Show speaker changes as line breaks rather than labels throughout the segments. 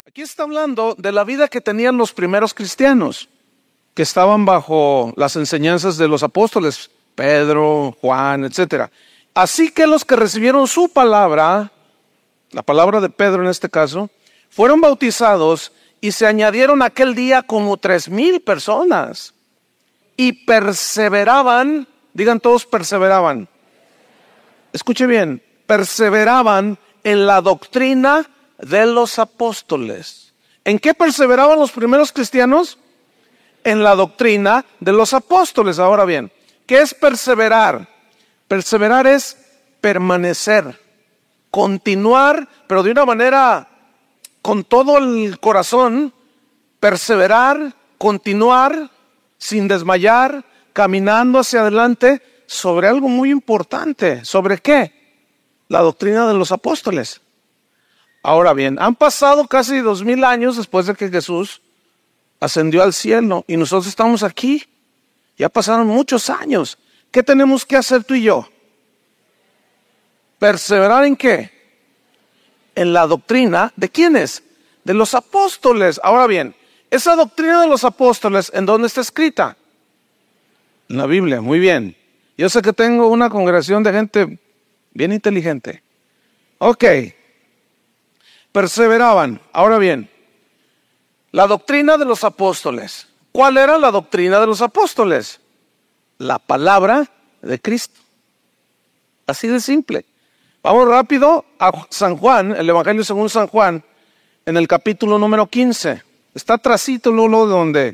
Aquí está hablando de la vida que tenían los primeros cristianos, que estaban bajo las enseñanzas de los apóstoles, Pedro, Juan, etc. Así que los que recibieron su palabra, la palabra de Pedro en este caso, fueron bautizados y se añadieron aquel día como 3,000 personas. Y perseveraban, digan todos perseveraban. Escuche bien, perseveraban en la doctrina de los apóstoles. ¿En qué perseveraban los primeros cristianos? En la doctrina de los apóstoles. Ahora bien, ¿qué es perseverar? Perseverar es permanecer, continuar, pero de una manera con todo el corazón, perseverar, continuar, sin desmayar, caminando hacia adelante sobre algo muy importante. ¿Sobre qué? La doctrina de los apóstoles. Ahora bien, han pasado casi 2,000 años después de que Jesús ascendió al cielo y nosotros estamos aquí. Ya pasaron muchos años. ¿Qué tenemos que hacer tú y yo? ¿Perseverar en qué? En la doctrina ¿de quiénes? De los apóstoles. Ahora bien, esa doctrina de los apóstoles, ¿en dónde está escrita? En la Biblia, muy bien. Yo sé que tengo una congregación de gente bien inteligente. Ok. Perseveraban. Ahora bien, la doctrina de los apóstoles. ¿Cuál era la doctrina de los apóstoles? La palabra de Cristo. Así de simple. Vamos rápido a San Juan, el Evangelio según San Juan, en el capítulo número 15. Está atrasito luego donde,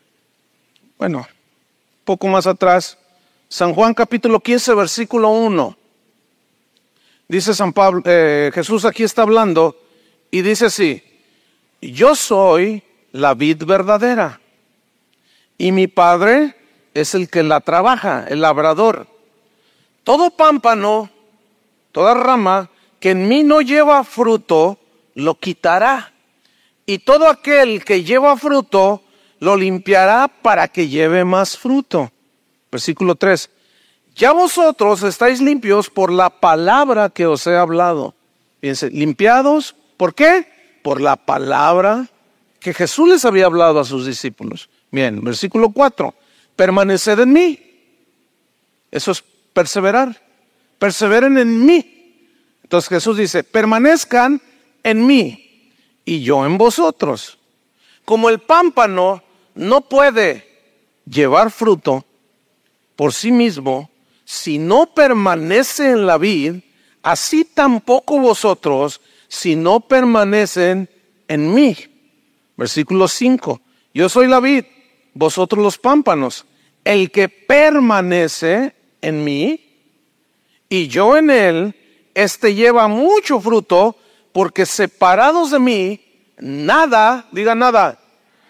poco más atrás, San Juan capítulo 15, versículo 1. Dice San Pablo, Jesús aquí está hablando y dice así: yo soy la vid verdadera y mi Padre es el que la trabaja, el labrador. Todo pámpano, toda rama que en mí no lleva fruto, lo quitará. Y todo aquel que lleva fruto, lo limpiará para que lleve más fruto. Versículo 3. Ya vosotros estáis limpios por la palabra que os he hablado. Fíjense, limpiados, ¿por qué? Por la palabra que Jesús les había hablado a sus discípulos. Bien, versículo 4. Permaneced en mí. Eso es perseverar. Perseveren en mí. Entonces Jesús dice, permanezcan en mí y yo en vosotros. Como el pámpano no puede llevar fruto por sí mismo si no permanece en la vid, así tampoco vosotros si no permanecen en mí. Versículo 5. Yo soy la vid, vosotros los pámpanos. El que permanece en mí y yo en él, este lleva mucho fruto, porque separados de mí, nada, diga nada,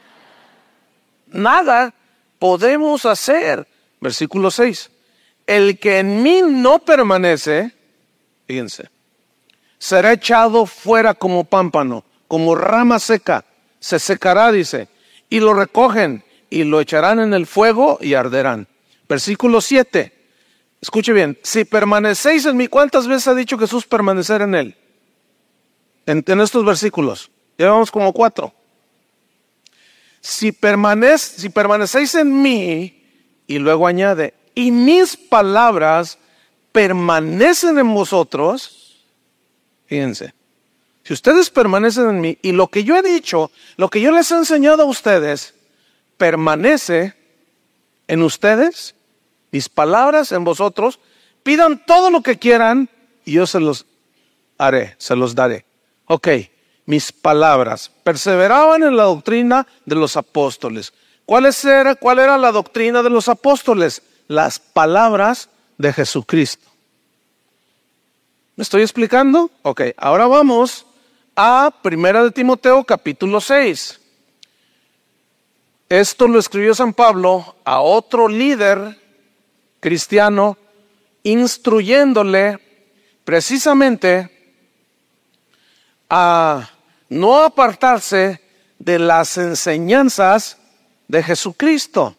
nada podemos hacer. Versículo 6. El que en mí no permanece, fíjense, será echado fuera como pámpano, como rama seca, se secará, dice, y lo recogen y lo echarán en el fuego y arderán. Versículo 7. Escuche bien, si permanecéis en mí, ¿cuántas veces ha dicho Jesús permanecer en él? En estos versículos, llevamos como 4. Si permanecéis en mí, y luego añade, y mis palabras permanecen en vosotros, fíjense, si ustedes permanecen en mí, y lo que yo he dicho, lo que yo les he enseñado a ustedes, permanece en ustedes, mis palabras en vosotros, pidan todo lo que quieran y yo se los haré, se los daré. Ok, mis palabras. Perseveraban en la doctrina de los apóstoles. ¿Cuál era la doctrina de los apóstoles? Las palabras de Jesucristo. ¿Me estoy explicando? Ok, ahora vamos a 1 de Timoteo capítulo 6. Esto lo escribió San Pablo a otro líder cristiano, instruyéndole precisamente a no apartarse de las enseñanzas de Jesucristo.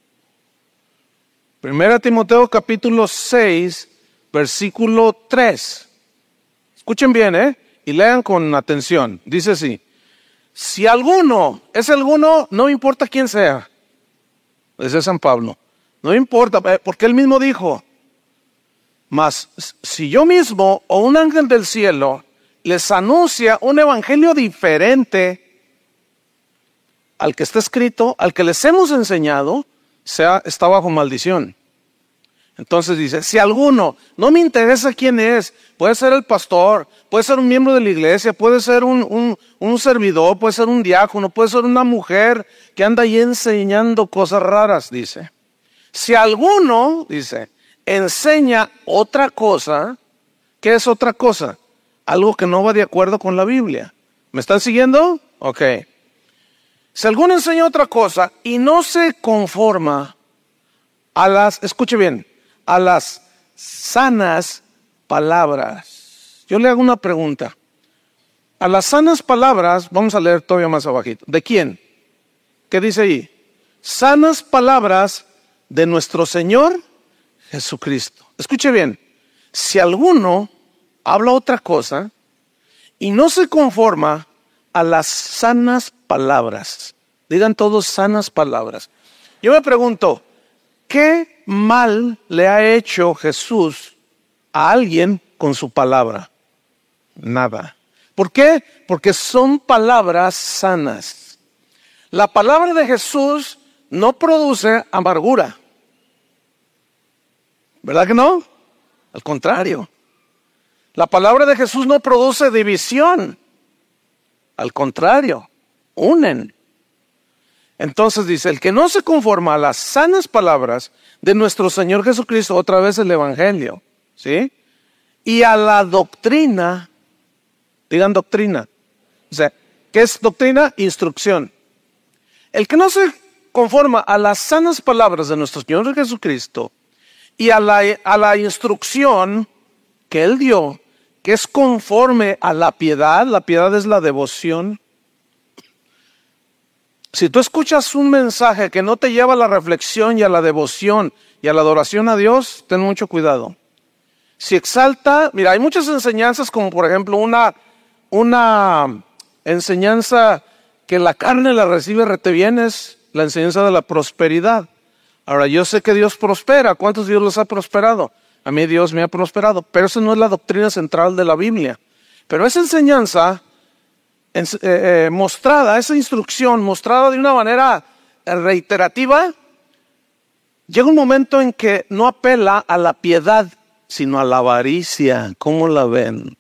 1 Timoteo capítulo 6, versículo 3. Escuchen bien, y lean con atención. Dice así: Si alguno, ese alguno no importa quién sea, dice San Pablo, no importa, porque él mismo dijo, mas si yo mismo o un ángel del cielo les anuncia un evangelio diferente al que está escrito, al que les hemos enseñado, está bajo maldición. Entonces dice, si alguno, no me interesa quién es, puede ser el pastor, puede ser un miembro de la iglesia, puede ser un servidor, puede ser un diácono, puede ser una mujer que anda ahí enseñando cosas raras, dice. Si alguno, dice, enseña otra cosa, ¿qué es otra cosa? Algo que no va de acuerdo con la Biblia. ¿Me están siguiendo? Ok. Si alguno enseña otra cosa y no se conforma escuche bien, a las sanas palabras. Yo le hago una pregunta. A las sanas palabras, vamos a leer todavía más abajito. ¿De quién? ¿Qué dice ahí? Sanas palabras de nuestro Señor Jesucristo. Escuche bien. Si alguno habla otra cosa y no se conforma a las sanas palabras, digan todos sanas palabras. Yo me pregunto, ¿qué mal le ha hecho Jesús a alguien con su palabra? Nada. ¿Por qué? Porque son palabras sanas. La palabra de Jesús no produce amargura. ¿Verdad que no? Al contrario. La palabra de Jesús no produce división. Al contrario, unen. Entonces dice, el que no se conforma a las sanas palabras de nuestro Señor Jesucristo, otra vez el Evangelio, ¿sí? Y a la doctrina, digan doctrina. O sea, ¿qué es doctrina? Instrucción. El que no se conforma a las sanas palabras de nuestro Señor Jesucristo y a la instrucción que Él dio, que es conforme a la piedad es la devoción. Si tú escuchas un mensaje que no te lleva a la reflexión y a la devoción y a la adoración a Dios, ten mucho cuidado. Si exalta, mira, hay muchas enseñanzas como por ejemplo una enseñanza que la carne la recibe rete bien, es la enseñanza de la prosperidad. Ahora, yo sé que Dios prospera. ¿Cuántos Dios los ha prosperado? A mí Dios me ha prosperado, pero esa no es la doctrina central de la Biblia. Pero esa enseñanza mostrada, esa instrucción mostrada de una manera reiterativa, llega un momento en que no apela a la piedad, sino a la avaricia. ¿Cómo la ven?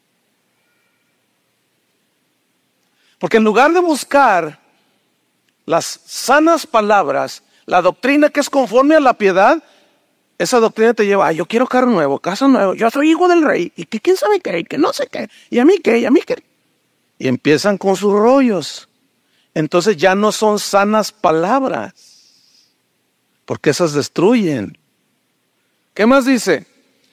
Porque en lugar de buscar las sanas palabras, la doctrina que es conforme a la piedad, esa doctrina te lleva, yo quiero carro nuevo, casa nueva, yo soy hijo del rey, y que quién sabe qué, y que no sé qué, y a mí qué, y a mí qué. Y empiezan con sus rollos. Entonces ya no son sanas palabras, porque esas destruyen. ¿Qué más dice?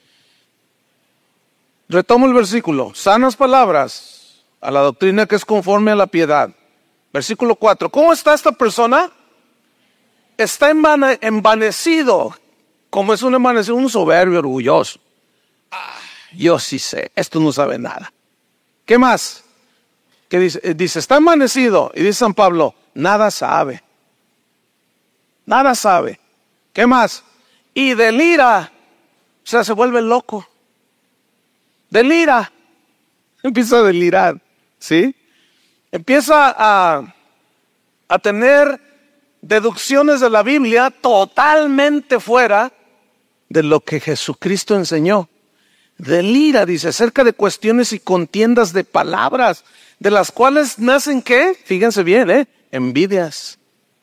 Retomo el versículo. Sanas palabras a la doctrina que es conforme a la piedad. Versículo 4. ¿Cómo está esta persona? Está envanecido. Como es un envanecido, un soberbio, orgulloso. Yo sí sé, esto no sabe nada. ¿Qué más? ¿Qué dice? Dice, está envanecido. Y dice San Pablo, nada sabe. Nada sabe. ¿Qué más? Y delira. O sea, se vuelve loco. Delira. Empieza a delirar. ¿Sí? Empieza a tener deducciones de la Biblia totalmente fuera de lo que Jesucristo enseñó. Delira, dice, acerca de cuestiones y contiendas de palabras, de las cuales nacen, ¿qué? Fíjense bien, envidias,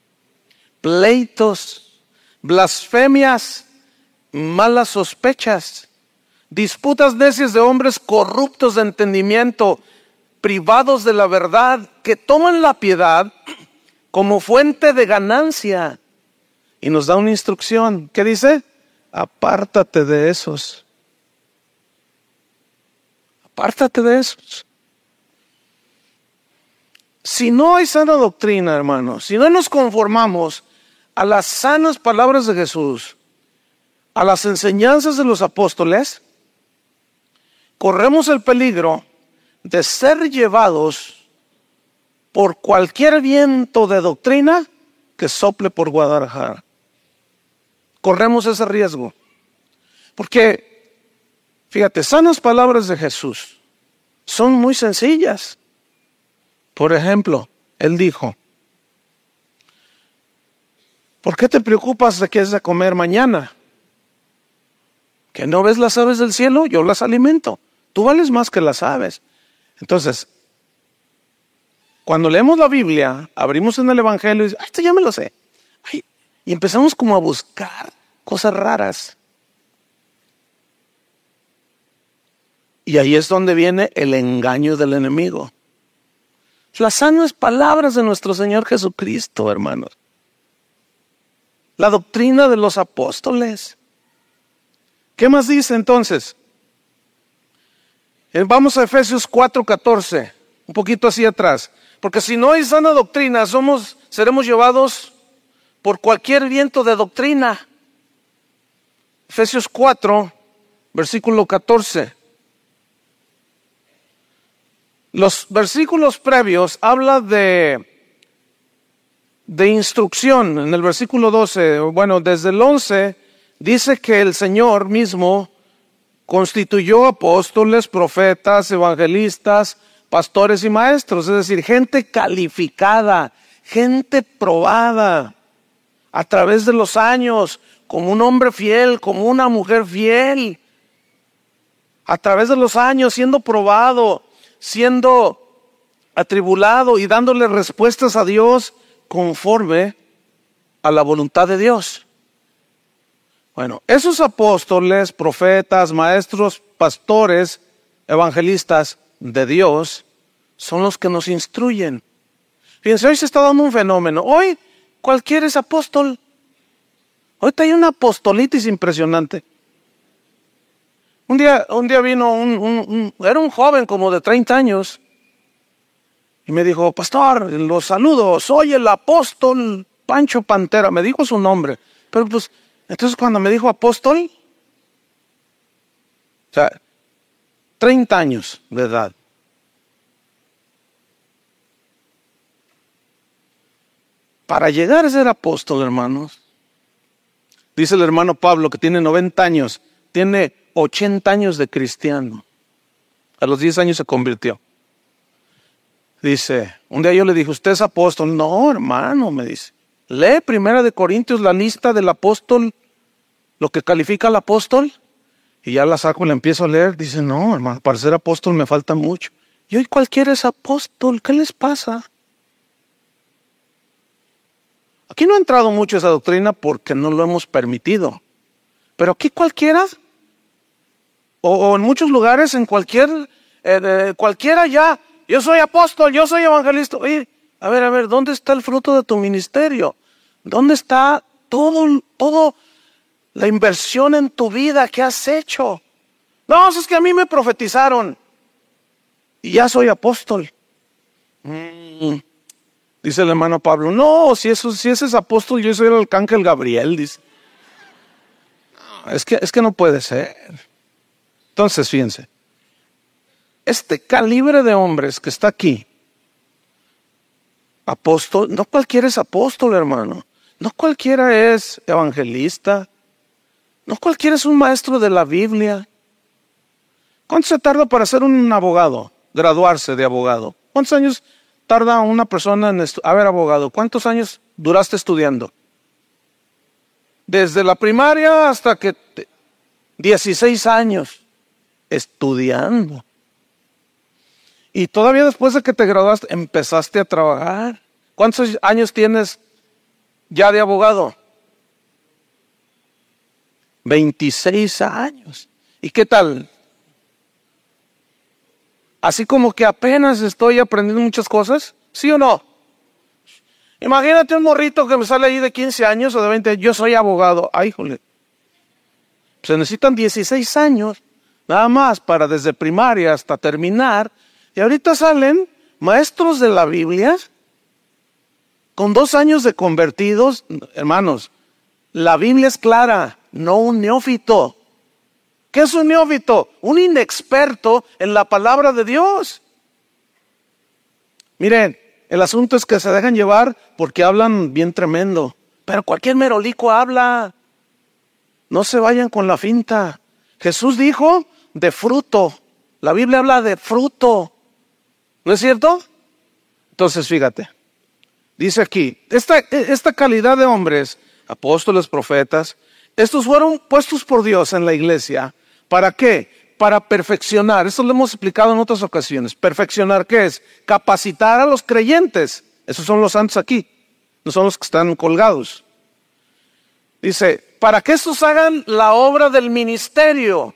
pleitos, blasfemias, malas sospechas, disputas necias de hombres corruptos de entendimiento, privados de la verdad, que toman la piedad como fuente de ganancia. Y nos da una instrucción. ¿Qué dice? Apártate de esos. Apártate de esos. Si no hay sana doctrina, hermanos, si no nos conformamos a las sanas palabras de Jesús, a las enseñanzas de los apóstoles, corremos el peligro de ser llevados por cualquier viento de doctrina que sople por Guadalajara. Corremos ese riesgo. Porque, fíjate, sanas palabras de Jesús son muy sencillas. Por ejemplo, Él dijo, ¿por qué te preocupas de qué es de comer mañana? ¿Que no ves las aves del cielo? Yo las alimento. Tú vales más que las aves. Entonces, cuando leemos la Biblia, abrimos en el Evangelio y dices, esto ya me lo sé. Ay, y empezamos como a buscar cosas raras. Y ahí es donde viene el engaño del enemigo. Las sanas palabras de nuestro Señor Jesucristo, hermanos. La doctrina de los apóstoles. ¿Qué más dice entonces? Vamos a Efesios 4:14, un poquito hacia atrás. Porque si no hay sana doctrina, seremos llevados por cualquier viento de doctrina. Efesios 4, versículo 14. Los versículos previos hablan de instrucción. En el versículo 12, bueno, desde el 11, dice que el Señor mismo constituyó apóstoles, profetas, evangelistas, pastores y maestros. Es decir, gente calificada, gente probada a través de los años, como un hombre fiel, como una mujer fiel. A través de los años siendo probado, siendo atribulado y dándole respuestas a Dios conforme a la voluntad de Dios. Bueno, esos apóstoles, profetas, maestros, pastores, evangelistas de Dios son los que nos instruyen. Fíjense, hoy se está dando un fenómeno. Hoy cualquiera es apóstol. Hoy hay una apostolitis impresionante. Un día vino era un joven como de 30 años y me dijo, pastor, los saludo, soy el apóstol Pancho Pantera. Me dijo su nombre, pero pues, entonces cuando me dijo apóstol, o sea, 30 años de edad. Para llegar a ser apóstol, hermanos, dice el hermano Pablo que tiene 90 años, tiene 80 años de cristiano. A los 10 años se convirtió. Dice, un día yo le dije, ¿usted es apóstol? No, hermano, me dice. Lee 1 Corintios la lista del apóstol, lo que califica al apóstol. Y ya la saco y la empiezo a leer. Dice, no, hermano, para ser apóstol me falta mucho. Y hoy cualquiera es apóstol. ¿Qué les pasa? Aquí no ha entrado mucho esa doctrina porque no lo hemos permitido. Pero aquí cualquiera, o en muchos lugares, en cualquiera ya, yo soy apóstol, yo soy evangelista. Oye, a ver, ¿dónde está el fruto de tu ministerio? ¿Dónde está todo la inversión en tu vida que has hecho? No, es que a mí me profetizaron y ya soy apóstol. Dice el hermano Pablo, no, si ese es apóstol, yo soy el arcángel Gabriel, dice. No, es que no puede ser. Entonces, fíjense, este calibre de hombres que está aquí, apóstol, no cualquiera es apóstol, hermano. No cualquiera es evangelista. No cualquiera es un maestro de la Biblia. ¿Cuánto se tarda para ser un abogado, graduarse de abogado? ¿Cuántos años tarda una persona en abogado? ¿Cuántos años duraste estudiando? Desde la primaria hasta que 16 años estudiando. Y todavía después de que te graduaste, empezaste a trabajar. ¿Cuántos años tienes ya de abogado? 26 años. ¿Y qué tal? Así como que apenas estoy aprendiendo muchas cosas, ¿sí o no? Imagínate un morrito que me sale ahí de 15 años o de 20 años, yo soy abogado. Ay, jole. Se necesitan 16 años, nada más, para desde primaria hasta terminar. Y ahorita salen maestros de la Biblia con 2 años de convertidos. Hermanos, la Biblia es clara, no un neófito. ¿Qué es un neófito? Un inexperto en la palabra de Dios. Miren, El asunto es que se dejan llevar porque hablan bien tremendo. Pero cualquier merolico habla. No se vayan con la finta. Jesús dijo de fruto. La Biblia habla de fruto. ¿No es cierto? Entonces fíjate. Dice aquí, esta calidad de hombres, apóstoles, profetas, estos fueron puestos por Dios en la iglesia. ¿Para qué? Para perfeccionar. Esto lo hemos explicado en otras ocasiones. Perfeccionar, ¿qué es? Capacitar a los creyentes. Esos son los santos aquí. No son los que están colgados. Dice, para que estos hagan la obra del ministerio.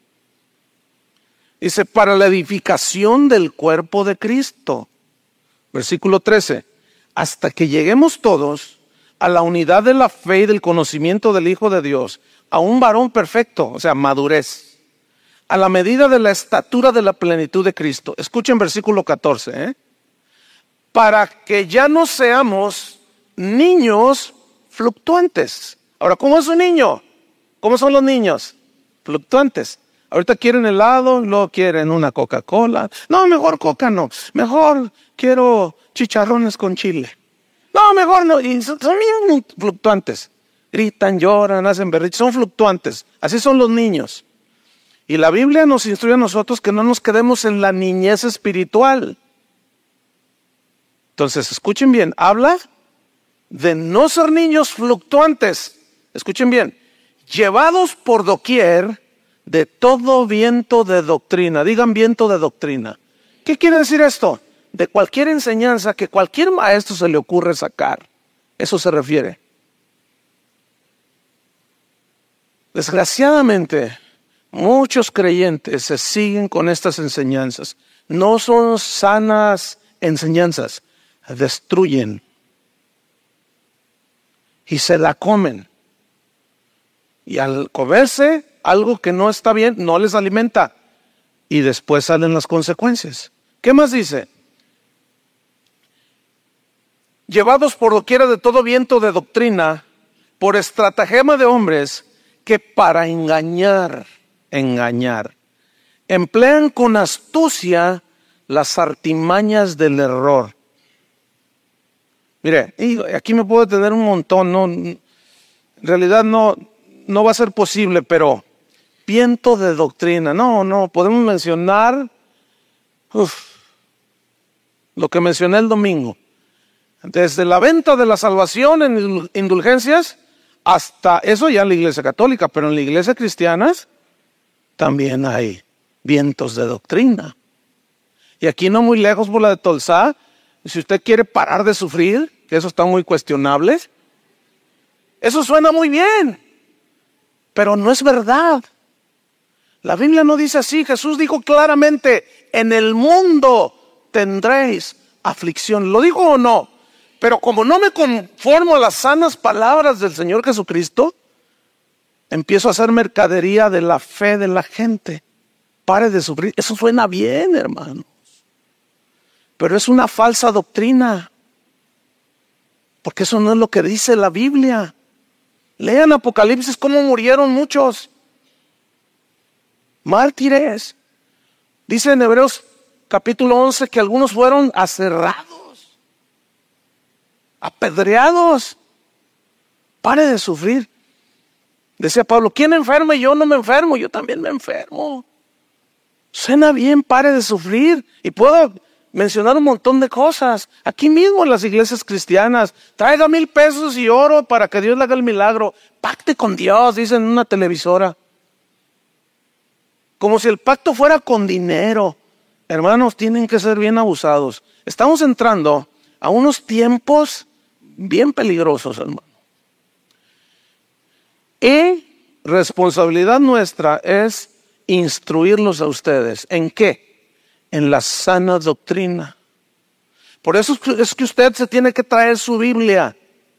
Dice, para la edificación del cuerpo de Cristo. Versículo 13. Hasta que lleguemos todos a la unidad de la fe y del conocimiento del Hijo de Dios, a un varón perfecto, o sea, madurez, a la medida de la estatura de la plenitud de Cristo. Escuchen versículo 14, para que ya no seamos niños fluctuantes. Ahora, ¿cómo es un niño? ¿Cómo son los niños? Fluctuantes. Ahorita quieren helado, luego quieren una Coca-Cola. No, mejor Coca no. Mejor quiero chicharrones con chile. No, mejor no. Y son bien fluctuantes. Gritan, lloran, hacen berrinches. Son fluctuantes. Así son los niños. Y la Biblia nos instruye a nosotros que no nos quedemos en la niñez espiritual. Entonces, escuchen bien. Habla de no ser niños fluctuantes. Escuchen bien. Llevados por doquier de todo viento de doctrina. Digan viento de doctrina. ¿Qué quiere decir esto? De cualquier enseñanza que cualquier maestro se le ocurre sacar. Eso se refiere. Desgraciadamente, muchos creyentes se siguen con estas enseñanzas. No son sanas enseñanzas. Destruyen. Y se la comen. Y al comerse algo que no está bien, no les alimenta. Y después salen las consecuencias. ¿Qué más dice? Llevados por doquiera de todo viento de doctrina, por estratagema de hombres que para engañar, emplean con astucia las artimañas del error. Mire, y aquí me puedo detener un montón, ¿no? En realidad no va a ser posible, pero viento de doctrina, no, podemos mencionar lo que mencioné el domingo. Desde la venta de la salvación en indulgencias hasta eso ya en la iglesia católica, pero en la iglesia cristiana también hay vientos de doctrina. Y aquí no muy lejos por la de Tolsá, si usted quiere parar de sufrir, que eso está muy cuestionable, eso suena muy bien, pero no es verdad. La Biblia no dice así. Jesús dijo claramente, en el mundo tendréis aflicción. ¿Lo dijo o no? Pero como no me conformo a las sanas palabras del Señor Jesucristo, empiezo a hacer mercadería de la fe de la gente. Pare de sufrir. Eso suena bien, hermanos. Pero es una falsa doctrina. Porque eso no es lo que dice la Biblia. Lean Apocalipsis cómo murieron muchos mártires. Dice en Hebreos capítulo 11 que algunos fueron aserrados, apedreados. Pare de sufrir. Decía Pablo, ¿quién enferma? Y yo no me enfermo, yo también me enfermo. Suena bien, pare de sufrir. Y puedo mencionar un montón de cosas. Aquí mismo en las iglesias cristianas, traiga 1,000 pesos y oro para que Dios le haga el milagro. Pacte con Dios, dicen en una televisora. Como si el pacto fuera con dinero. Hermanos, tienen que ser bien abusados. Estamos entrando a unos tiempos bien peligrosos, hermano. Y responsabilidad nuestra es instruirlos a ustedes. ¿En qué? En la sana doctrina. Por eso es que usted se tiene que traer su Biblia.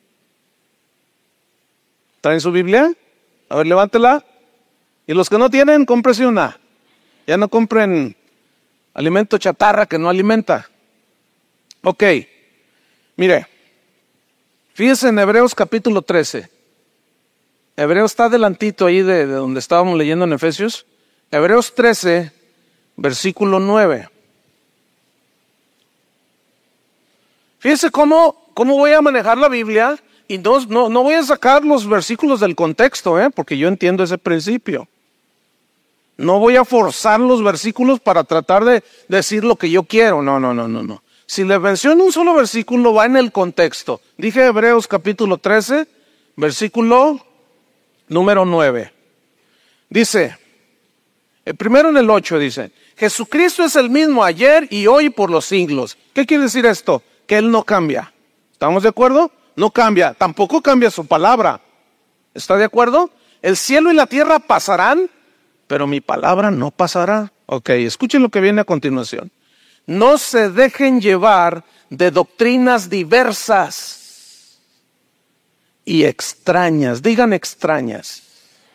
¿Traen su Biblia? A ver, levántela. Y los que no tienen, cómprese una. Ya no compren alimento chatarra que no alimenta. Ok. Mire. Fíjese en Hebreos capítulo 13. Hebreos está adelantito ahí de donde estábamos leyendo en Efesios. Hebreos 13, versículo 9. Fíjese cómo voy a manejar la Biblia y no voy a sacar los versículos del contexto, porque yo entiendo ese principio. No voy a forzar los versículos para tratar de decir lo que yo quiero. No. Si le menciono un solo versículo, va en el contexto. Dije Hebreos capítulo 13, versículo número 9. Dice, primero en el 8 dice, Jesucristo es el mismo ayer y hoy por los siglos. ¿Qué quiere decir esto? Que Él no cambia. ¿Estamos de acuerdo? No cambia. Tampoco cambia su palabra. ¿Está de acuerdo? El cielo y la tierra pasarán, pero mi palabra no pasará. Ok, escuchen lo que viene a continuación. No se dejen llevar de doctrinas diversas y extrañas. Digan extrañas.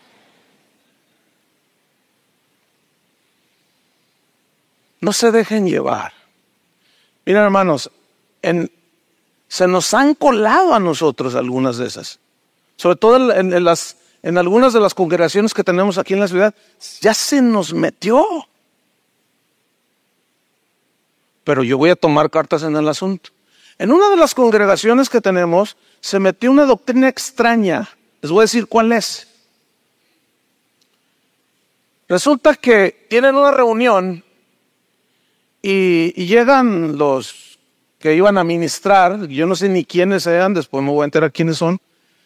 No se dejen llevar. Miren, hermanos, se nos han colado a nosotros algunas de esas. Sobre todo en algunas de las congregaciones que tenemos aquí en la ciudad, ya se nos metió. Pero yo voy a tomar cartas en el asunto. En una de las congregaciones que tenemos, se metió una doctrina extraña. Les voy a decir cuál es. Resulta que tienen una reunión y llegan los que iban a ministrar, yo no sé ni quiénes sean, después me voy a enterar quiénes son,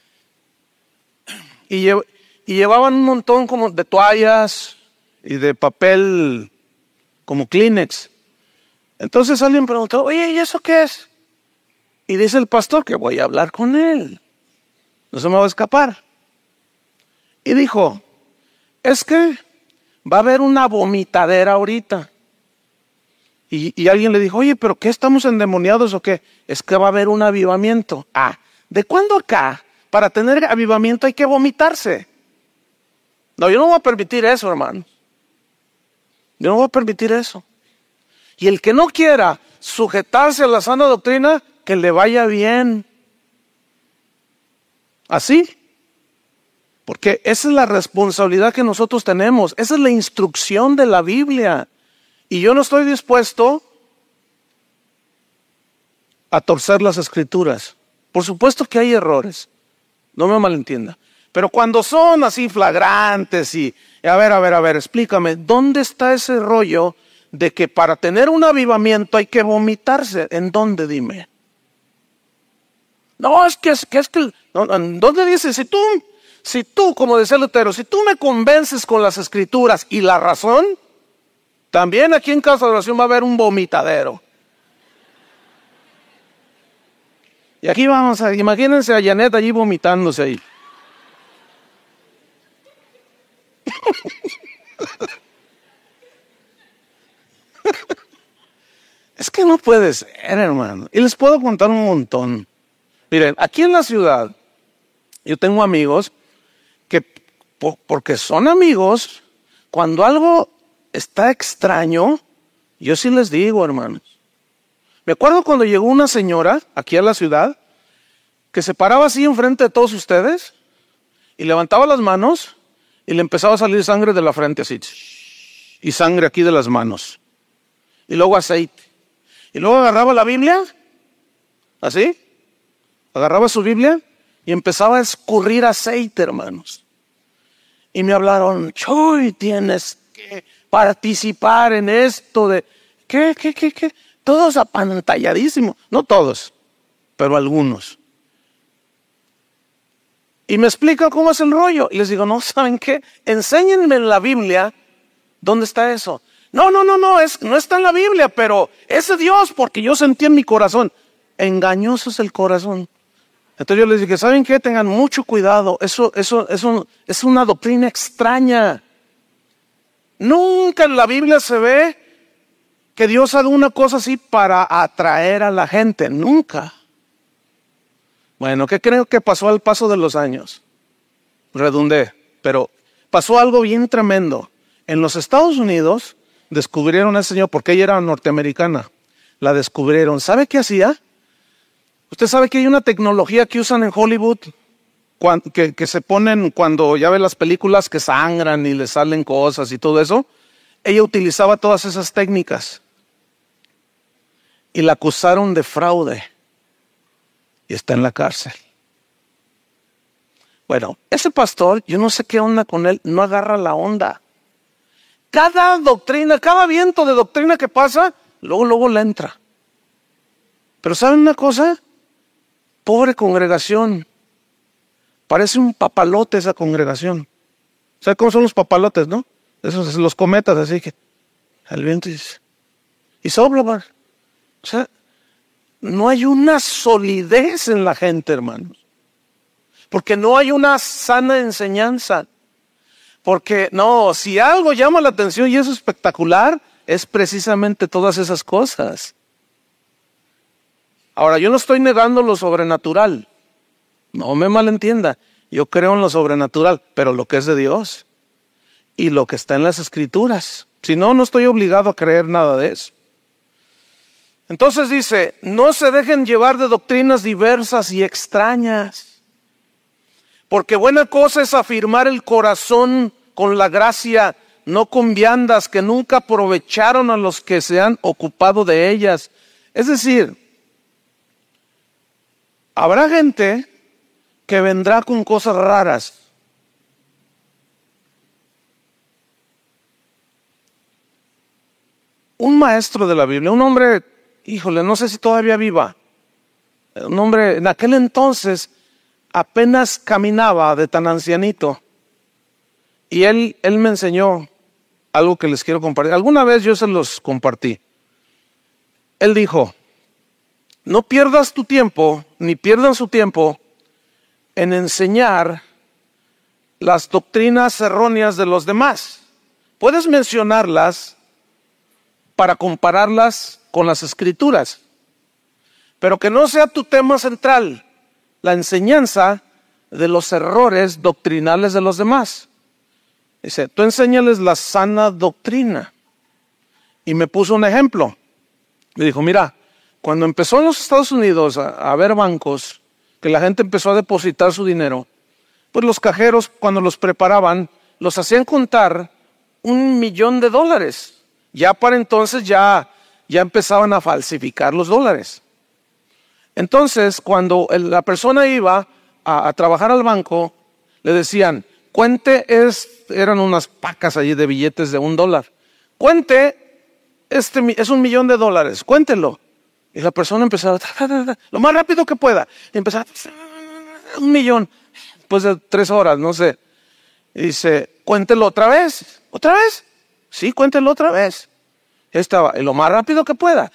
y llevaban un montón como de toallas y de papel como Kleenex. Entonces alguien preguntó, oye, ¿y eso qué es? Y dice el pastor que voy a hablar con él, no se me va a escapar. Y dijo, es que va a haber una vomitadera ahorita. Y alguien le dijo, oye, ¿pero qué, estamos endemoniados o qué? Es que va a haber un avivamiento. ¿De cuándo acá? Para tener avivamiento hay que vomitarse. No, yo no voy a permitir eso, hermano. Yo no voy a permitir eso. Y el que no quiera sujetarse a la sana doctrina, que le vaya bien. Así. Porque esa es la responsabilidad que nosotros tenemos. Esa es la instrucción de la Biblia. Y yo no estoy dispuesto a torcer las escrituras. Por supuesto que hay errores, no me malentienda. Pero cuando son así flagrantes y a ver, explícame, ¿dónde está ese rollo de que para tener un avivamiento hay que vomitarse? ¿En dónde, dime? No, es que ¿dónde dice? Si tú, como decía Lutero, si tú me convences con las escrituras y la razón, también aquí en Casa de Oración va a haber un vomitadero. Y aquí imagínense a Janet allí vomitándose ahí. Es que no puede ser, hermano. Y les puedo contar un montón. Miren, aquí en la ciudad, yo tengo amigos que, porque son amigos, cuando algo está extraño, yo sí les digo, hermanos. Me acuerdo cuando llegó una señora aquí a la ciudad que se paraba así enfrente de todos ustedes y levantaba las manos y le empezaba a salir sangre de la frente así, y sangre aquí de las manos y luego aceite, y luego agarraba la Biblia así, agarraba su Biblia y empezaba a escurrir aceite, hermanos. Y me hablaron, Chuy, tienes que participar en esto de... ¿Qué? Todos apantalladísimos. No todos, pero algunos. Y me explican cómo es el rollo. Y les digo, no, ¿saben qué? Enséñenme en la Biblia dónde está eso. No está en la Biblia, pero es de Dios, porque yo sentí en mi corazón. Engañoso es el corazón. Entonces yo les dije, ¿saben qué? Tengan mucho cuidado. Eso es una doctrina extraña. Nunca en la Biblia se ve que Dios haga una cosa así para atraer a la gente. Nunca. Bueno, ¿qué creo que pasó al paso de los años? Redundé, pero pasó algo bien tremendo. En los Estados Unidos descubrieron a esa señora, porque ella era norteamericana. La descubrieron. ¿Sabe qué hacía? Usted sabe que hay una tecnología que usan en Hollywood, que se ponen cuando ya ve las películas que sangran y le salen cosas y todo eso. Ella utilizaba todas esas técnicas y la acusaron de fraude. y está en la cárcel. Bueno, ese pastor, yo no sé qué onda con él, no agarra la onda. Cada doctrina, cada viento de doctrina que pasa, luego le entra. Pero ¿saben una cosa? Pobre congregación. Parece un papalote esa congregación. ¿Saben cómo son los papalotes, no? Esos los cometas, así que el viento y sopla. O sea, no hay una solidez en la gente, hermanos. Porque no hay una sana enseñanza. Porque no, si algo llama la atención y es espectacular, es precisamente todas esas cosas. Ahora, yo no estoy negando lo sobrenatural. No me malentienda. Yo creo en lo sobrenatural, pero lo que es de Dios y lo que está en las Escrituras. Si no, no estoy obligado a creer nada de eso. Entonces dice, no se dejen llevar de doctrinas diversas y extrañas. Porque buena cosa es afirmar el corazón con la gracia, no con viandas que nunca aprovecharon a los que se han ocupado de ellas. Es decir, habrá gente que vendrá con cosas raras. Un maestro de la Biblia, un hombre, híjole, no sé si todavía viva, un hombre en aquel entonces apenas caminaba de tan ancianito. Y él me enseñó algo que les quiero compartir. Alguna vez yo se los compartí. Él dijo, no pierdas tu tiempo, ni pierdan su tiempo en enseñar las doctrinas erróneas de los demás. Puedes mencionarlas para compararlas con las Escrituras, pero que no sea tu tema central la enseñanza de los errores doctrinales de los demás. Dice, tú enséñales la sana doctrina. Y me puso un ejemplo. Me dijo, mira, cuando empezó en los Estados Unidos a haber bancos, que la gente empezó a depositar su dinero, pues los cajeros cuando los preparaban, los hacían contar $1,000,000. Ya para entonces ya empezaban a falsificar los dólares. Entonces, cuando la persona iba a trabajar al banco, le decían, eran unas pacas allí de billetes de $1. Cuente, es $1,000,000, cuéntelo. Y la persona empezaba, lo más rápido que pueda. Y empezaba, 1,000,000, después de 3 horas, no sé. Y dice, cuéntelo otra vez. ¿Otra vez? Sí, cuéntelo otra vez. Estaba, y lo más rápido que pueda.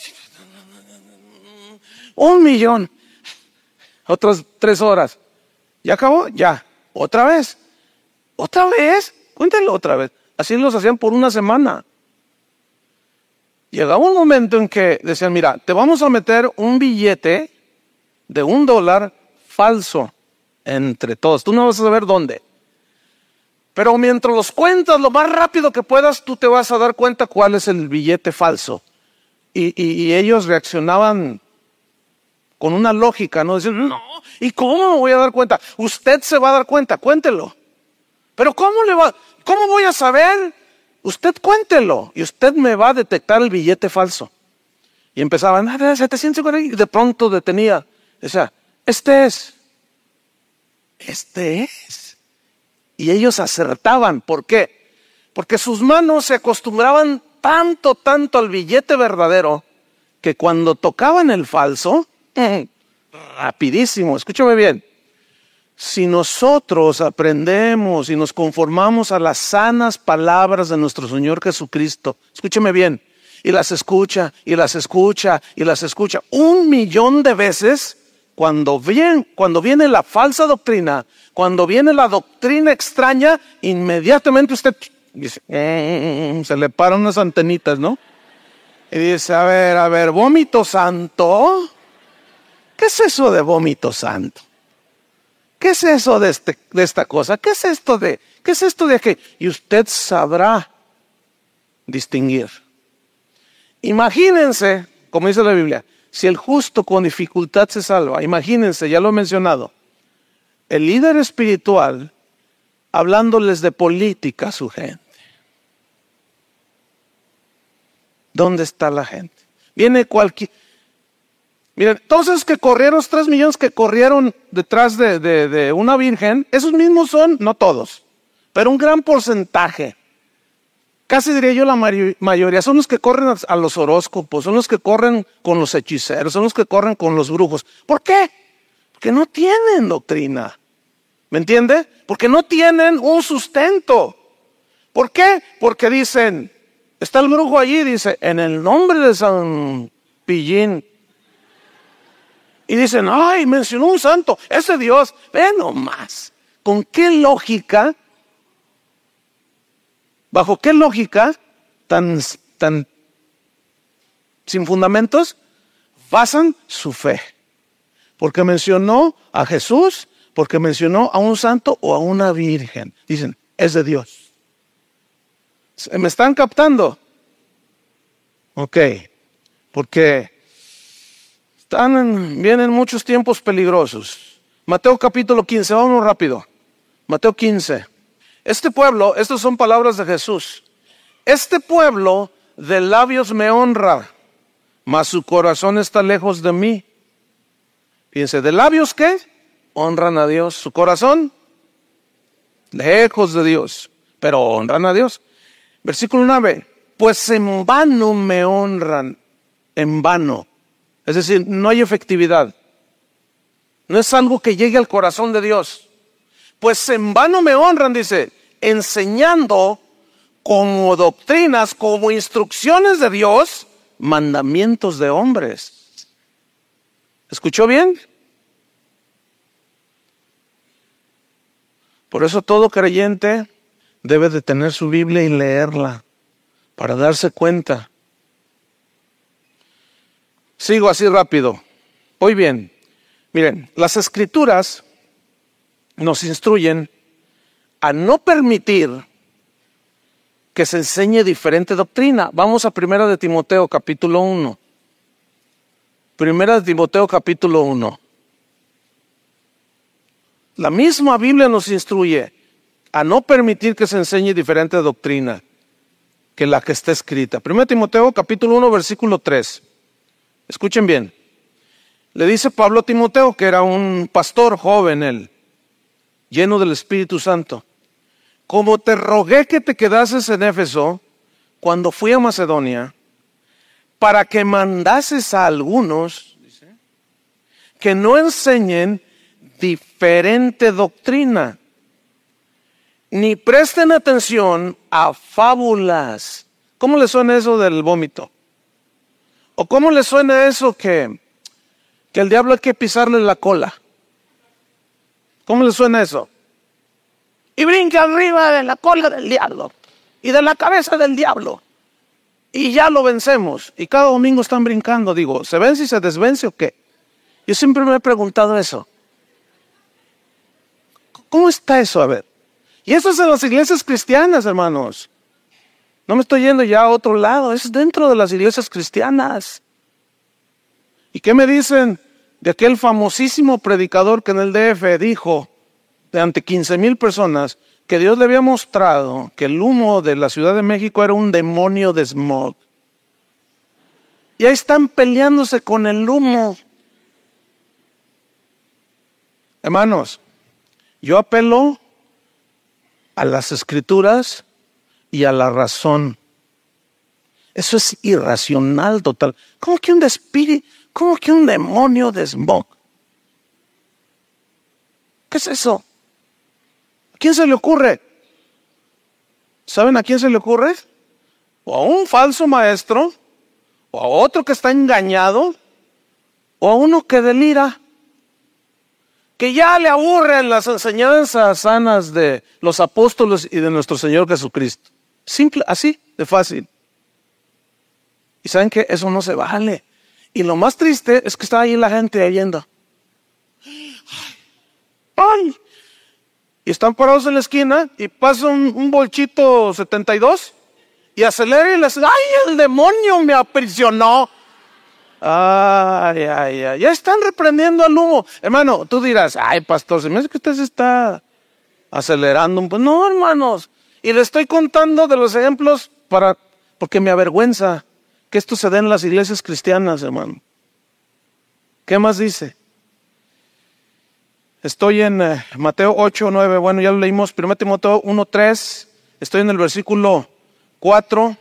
1,000,000. Otras 3 horas. ¿Ya acabó? Ya. ¿Otra vez? ¿Otra vez? Cuéntelo otra vez. Así los hacían por una semana. Llegaba un momento en que decían, mira, te vamos a meter un billete de $1 falso entre todos. Tú no vas a saber dónde. Pero mientras los cuentas lo más rápido que puedas, tú te vas a dar cuenta cuál es el billete falso. Y ellos reaccionaban con una lógica, ¿no? Decían, no, ¿y cómo me voy a dar cuenta? Usted se va a dar cuenta, cuéntelo. Pero ¿cómo voy a saber? Usted cuéntelo y usted me va a detectar el billete falso. Y empezaban, 750, y de pronto detenía. Decía, este es. Y ellos acertaban. ¿Por qué? Porque sus manos se acostumbraban tanto al billete verdadero, que cuando tocaban el falso, rapidísimo, escúchame bien. Si nosotros aprendemos y nos conformamos a las sanas palabras de nuestro Señor Jesucristo, escúchame bien, y las escucha, 1,000,000 de veces, cuando viene la falsa doctrina, cuando viene la doctrina extraña, inmediatamente usted dice, se le paran unas antenitas, ¿no? Y dice, a ver, vómito santo. ¿Qué es eso de vómito santo? ¿Qué es eso de esta cosa? ¿Qué es esto de aquello? Y usted sabrá distinguir. Imagínense, como dice la Biblia, si el justo con dificultad se salva. Imagínense, ya lo he mencionado, el líder espiritual hablándoles de política a su gente. ¿Dónde está la gente? Miren, todos esos que corrieron, los 3 millones que corrieron detrás de una virgen, esos mismos son, no todos, pero un gran porcentaje. Casi diría yo la mayoría, son los que corren a los horóscopos, son los que corren con los hechiceros, son los que corren con los brujos. ¿Por qué? Porque no tienen doctrina. ¿Me entiende? Porque no tienen un sustento. ¿Por qué? Porque dicen, está el brujo allí, dice, en el nombre de San Pillín. Y dicen, ay, mencionó un santo, ese Dios, ve nomás. ¿Con qué lógica? ¿Bajo qué lógica tan sin fundamentos basan su fe? Porque mencionó a Jesús, porque mencionó a un santo o a una virgen. Dicen, es de Dios. ¿Me están captando? Ok, porque vienen muchos tiempos peligrosos. Mateo capítulo 15, vamos rápido. Mateo 15. Este pueblo, estas son palabras de Jesús. Este pueblo de labios me honra, mas su corazón está lejos de mí. Fíjense, ¿de labios qué? Honran a Dios. Su corazón, lejos de Dios, pero honran a Dios. Versículo 9. Pues en vano me honran, en vano. Es decir, no hay efectividad. No es algo que llegue al corazón de Dios. Pues en vano me honran, dice, enseñando como doctrinas, como instrucciones de Dios, mandamientos de hombres. ¿Escuchó bien? Por eso todo creyente debe de tener su Biblia y leerla para darse cuenta. Sigo así rápido. Hoy bien, miren, las Escrituras nos instruyen a no permitir que se enseñe diferente doctrina. Vamos a 1 de Timoteo capítulo 1. 1 de Timoteo capítulo 1. La misma Biblia nos instruye a no permitir que se enseñe diferente doctrina que la que está escrita. 1 Timoteo capítulo 1 versículo 3. Escuchen bien. Le dice Pablo a Timoteo, que era un pastor joven él, lleno del Espíritu Santo. Como te rogué que te quedases en Éfeso cuando fui a Macedonia, para que mandases a algunos que no enseñen diferente doctrina, ni presten atención a fábulas. ¿Cómo le suena eso del vómito? ¿O cómo le suena eso que el diablo hay que pisarle la cola? ¿Cómo le suena eso? Y brinca arriba de la cola del diablo y de la cabeza del diablo. Y ya lo vencemos. Y cada domingo están brincando. Digo, ¿se vence y se desvence o qué? Yo siempre me he preguntado eso. ¿Cómo está eso? A ver. Y eso es en las iglesias cristianas, hermanos. No me estoy yendo ya a otro lado. Es dentro de las iglesias cristianas. ¿Y qué me dicen de aquel famosísimo predicador que en el DF dijo de ante 15,000 personas que Dios le había mostrado que el humo de la Ciudad de México era un demonio de smog? Y ahí están peleándose con el humo. Hermanos, yo apelo a las Escrituras y a la razón. Eso es irracional total. ¿Cómo que un espíritu? ¿Cómo que un demonio de smog? ¿Qué es eso? ¿A quién se le ocurre? ¿Saben a quién se le ocurre? O a un falso maestro, o a otro que está engañado, o a uno que delira, que ya le aburren las enseñanzas sanas de los apóstoles y de nuestro Señor Jesucristo. Simple, así de fácil. Y saben que eso no se vale. Y lo más triste es que está ahí la gente oyendo. ¡Ay! Y están parados en la esquina y pasa un bolchito 72 y acelera y les dice, ¡ay, el demonio me aprisionó! ¡Ay, ay, ay! Ya están reprendiendo al humo. Hermano, tú dirás, ¡ay, pastor, se me hace que usted se está acelerando un poco! No, hermanos. Y le estoy contando de los ejemplos porque me avergüenza que esto se dé en las iglesias cristianas, hermano. ¿Qué más dice? Estoy en Mateo 8, 9, bueno, ya lo leímos. 1 Timoteo 1, 3, estoy en el versículo 4.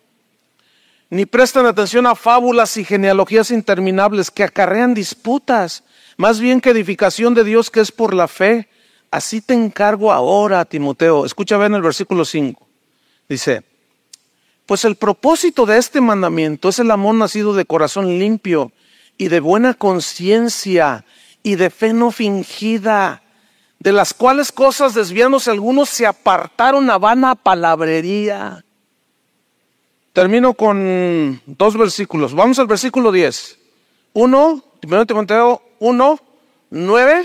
Ni prestan atención a fábulas y genealogías interminables que acarrean disputas, más bien que edificación de Dios que es por la fe. Así te encargo ahora, Timoteo. Escucha bien el versículo 5. Dice, pues el propósito de este mandamiento es el amor nacido de corazón limpio y de buena conciencia y de fe no fingida, de las cuales cosas desviándose algunos se apartaron a vana palabrería. Termino con 2 versículos. Vamos al versículo 10. 1 Timoteo 1, 9.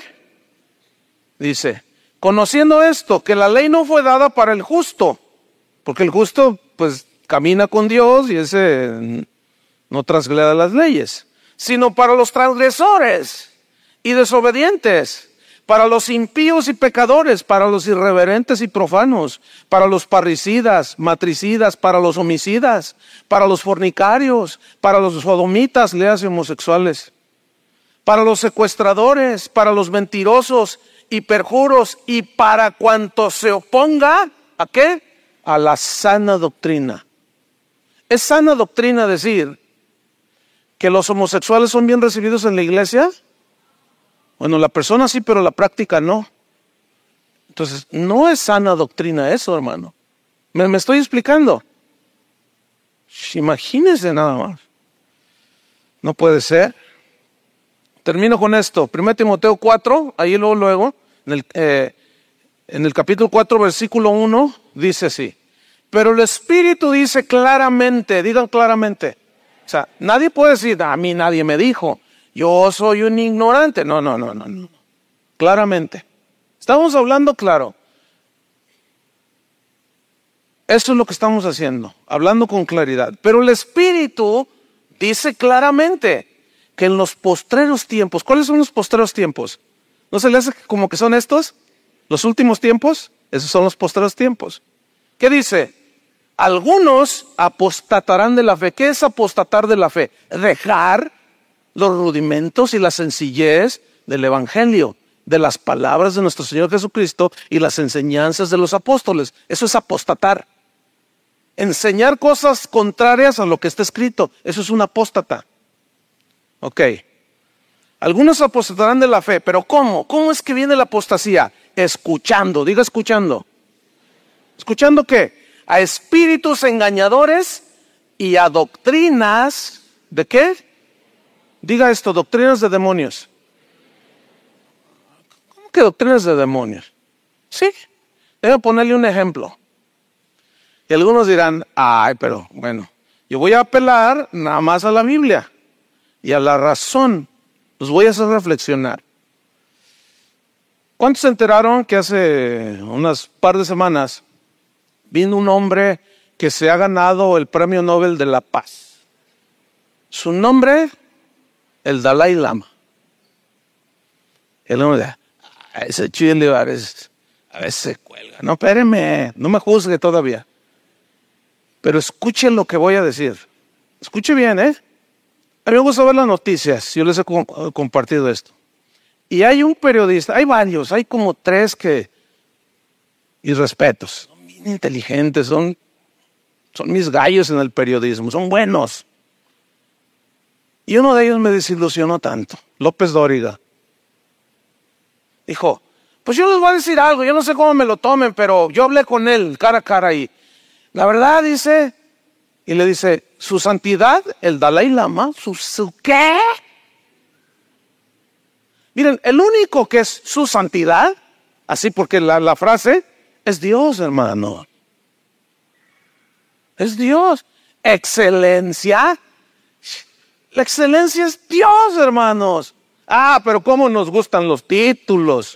Dice, conociendo esto, que la ley no fue dada para el justo, porque el justo pues camina con Dios y ese no transgrede las leyes, sino para los transgresores y desobedientes, para los impíos y pecadores, para los irreverentes y profanos, para los parricidas, matricidas, para los homicidas, para los fornicarios, para los sodomitas, léase homosexuales, para los secuestradores, para los mentirosos y perjuros, y para cuanto se oponga, ¿a qué? A la sana doctrina. ¿Es sana doctrina decir que los homosexuales son bien recibidos en la iglesia? Bueno, la persona sí, pero la práctica no. Entonces, no es sana doctrina eso, hermano. ¿Me estoy explicando? Imagínense nada más. No puede ser. Termino con esto. 1 Timoteo 4, ahí luego, en el capítulo 4, versículo 1, dice así. Pero el Espíritu dice claramente, digan claramente. O sea, nadie puede decir, a mí nadie me dijo. Yo soy un ignorante. No. Claramente. Estamos hablando claro. Eso es lo que estamos haciendo, hablando con claridad. Pero el Espíritu dice claramente que en los postreros tiempos, ¿cuáles son los postreros tiempos? ¿No se le hace como que son estos? ¿Los últimos tiempos? Esos son los postreros tiempos. ¿Qué dice? Algunos apostatarán de la fe. ¿Qué es apostatar de la fe? Dejar los rudimentos y la sencillez del Evangelio, de las palabras de nuestro Señor Jesucristo y las enseñanzas de los apóstoles. Eso es apostatar. Enseñar cosas contrarias a lo que está escrito. Eso es un apóstata. Ok. Algunos apostatarán de la fe, pero ¿cómo? ¿Cómo es que viene la apostasía? Escuchando, diga escuchando. ¿Escuchando qué? A espíritus engañadores y a doctrinas, ¿de qué? Diga esto, doctrinas de demonios. ¿Cómo que doctrinas de demonios? Sí, debo ponerle un ejemplo. Y algunos dirán, ay, pero bueno, yo voy a apelar nada más a la Biblia y a la razón. Los voy a hacer reflexionar. ¿Cuántos se enteraron que hace unas par de semanas vino un hombre que se ha ganado el Premio Nobel de la Paz? Su nombre, el Dalai Lama. El hombre dice, ese chile a veces se cuelga. No, espéreme, no me juzgue todavía. Pero escuchen lo que voy a decir. Escuche bien, ¿eh? A mí me gusta ver las noticias. Yo les he compartido esto. Y hay un periodista, hay varios, hay como 3 que, y respetos, son bien inteligentes, son mis gallos en el periodismo, son buenos. Y uno de ellos me desilusionó tanto, López Dóriga. Dijo, pues yo les voy a decir algo, yo no sé cómo me lo tomen, pero yo hablé con él cara a cara y la verdad dice, y le dice, su santidad, el Dalai Lama, ¿su qué? Miren, el único que es su santidad, así porque la frase, es Dios, hermano. Es Dios. Excelencia. La excelencia es Dios, hermanos. Ah, pero cómo nos gustan los títulos.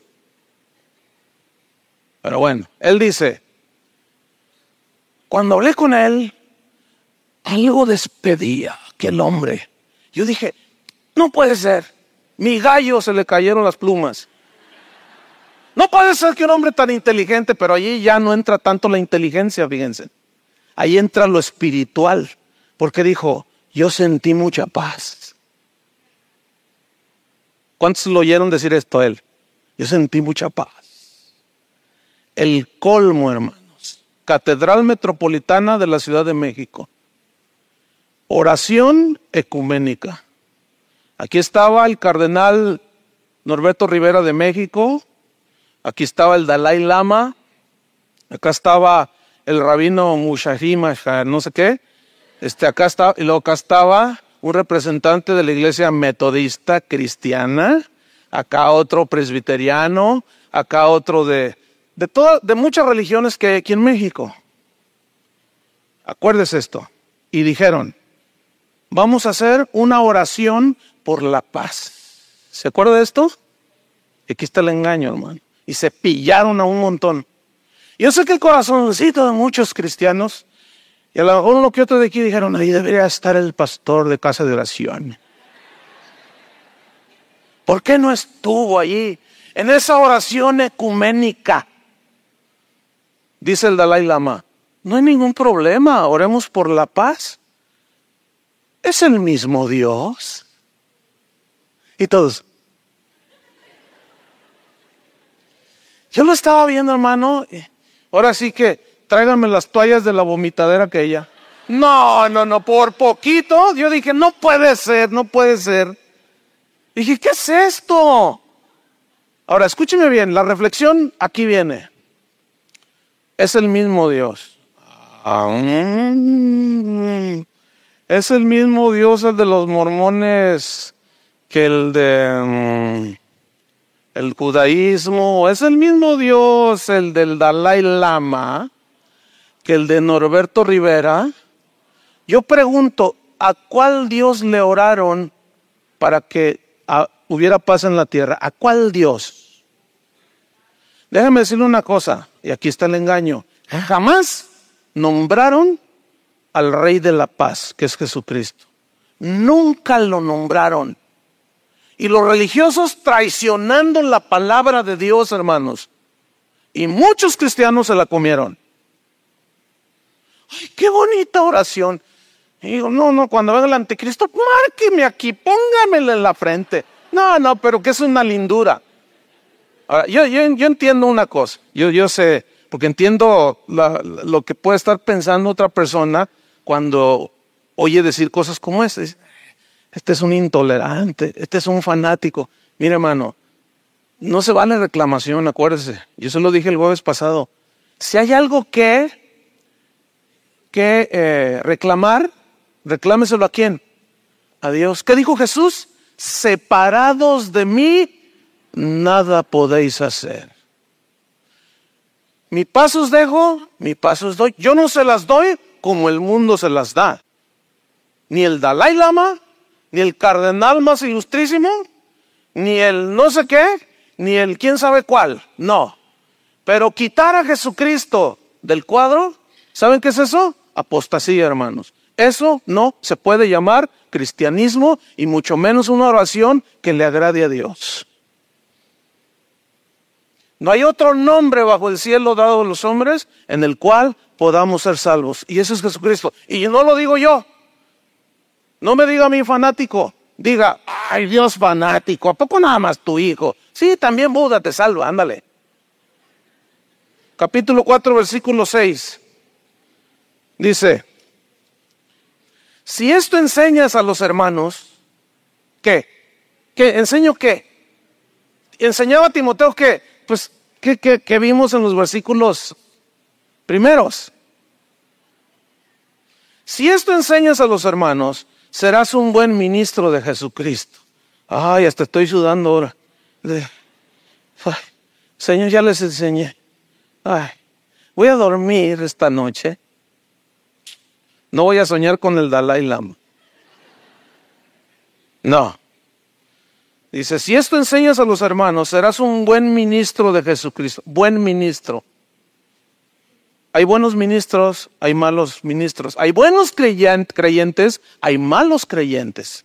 Pero bueno, él dice, cuando hablé con él, algo despedía aquel hombre. Yo dije, no puede ser. Mi gallo se le cayeron las plumas. No puede ser que un hombre tan inteligente, pero allí ya no entra tanto la inteligencia, fíjense. Ahí entra lo espiritual, porque dijo, yo sentí mucha paz. ¿Cuántos lo oyeron decir esto a él? Yo sentí mucha paz. El colmo, hermanos. Catedral Metropolitana de la Ciudad de México. Oración ecuménica. Aquí estaba el cardenal Norberto Rivera de México. Aquí estaba el Dalai Lama. Acá estaba el rabino Mushahim, no sé qué. Acá estaba, y luego acá estaba un representante de la iglesia metodista cristiana. Acá otro presbiteriano. Acá otro de muchas religiones que hay aquí en México. Acuérdese esto. Y dijeron, vamos a hacer una oración por la paz. ¿Se acuerda de esto? Y aquí está el engaño, hermano. Y se pillaron a un montón. Yo sé que el corazoncito de muchos cristianos, y a lo mejor uno que otro de aquí dijeron, ahí debería estar el pastor de casa de oración. ¿Por qué no estuvo allí en esa oración ecuménica? Dice el Dalai Lama, no hay ningún problema, oremos por la paz. Es el mismo Dios. Y todos. Yo lo estaba viendo, hermano. Ahora sí que tráiganme las toallas de la vomitadera aquella. No, por poquito. Yo dije, no puede ser. Dije, ¿qué es esto? Ahora, escúcheme bien, la reflexión aquí viene. Es el mismo Dios. Es el mismo Dios el de los mormones que el de el judaísmo. Es el mismo Dios el del Dalai Lama que el de Norberto Rivera. Yo pregunto, ¿a cuál Dios le oraron para que hubiera paz en la tierra? ¿A cuál Dios? Déjame decirle una cosa, y aquí está el engaño. Jamás nombraron al Rey de la Paz, que es Jesucristo. Nunca lo nombraron. Y los religiosos traicionando la palabra de Dios, hermanos. Y muchos cristianos se la comieron. ¡Ay, qué bonita oración! Y digo, no, cuando venga el anticristo, márqueme aquí, póngamele en la frente. No, pero que es una lindura. Ahora, yo entiendo una cosa. Yo sé, porque entiendo lo que puede estar pensando otra persona cuando oye decir cosas como estas. Este es un intolerante, este es un fanático. Mire, hermano, no se vale reclamación, acuérdese. Yo se lo dije el jueves pasado. Si hay algo que reclamar, reclámeselo ¿a quién? A Dios. ¿Qué dijo Jesús? Separados de mí, nada podéis hacer. Mi paz os dejo, mi paz os doy. Yo no se las doy como el mundo se las da. Ni el Dalai Lama, ni el cardenal más ilustrísimo, ni el no sé qué, ni el quién sabe cuál. No. Pero quitar a Jesucristo del cuadro, ¿saben qué es eso? Apostasía, hermanos. Eso no se puede llamar cristianismo y mucho menos una oración que le agrade a Dios. No hay otro nombre bajo el cielo dado a los hombres en el cual podamos ser salvos. Y eso es Jesucristo. Y no lo digo yo. No me diga a mí fanático. Diga, ay Dios fanático. ¿A poco nada más tu hijo? Sí, también Buda te salva, ándale. Capítulo 4, versículo 6. Dice, si esto enseñas a los hermanos, ¿qué? ¿Enseño qué? Enseñaba a Timoteo que, pues, ¿qué vimos en los versículos primeros? Si esto enseñas a los hermanos, serás un buen ministro de Jesucristo. Ay, hasta estoy sudando ahora. Ay, Señor, ya les enseñé. Ay, voy a dormir esta noche. No voy a soñar con el Dalai Lama. No. Dice, si esto enseñas a los hermanos, serás un buen ministro de Jesucristo. Buen ministro. Hay buenos ministros, hay malos ministros. Hay buenos creyentes, hay malos creyentes.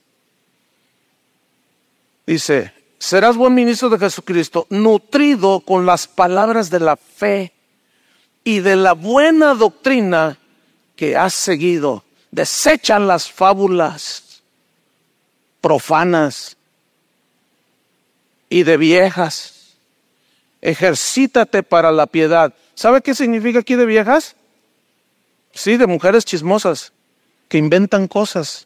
Dice, serás buen ministro de Jesucristo, nutrido con las palabras de la fe y de la buena doctrina que has seguido. Desechan las fábulas profanas. y de viejas. Ejercítate para la piedad. ¿Sabe qué significa aquí de viejas? Sí, de mujeres chismosas que inventan cosas.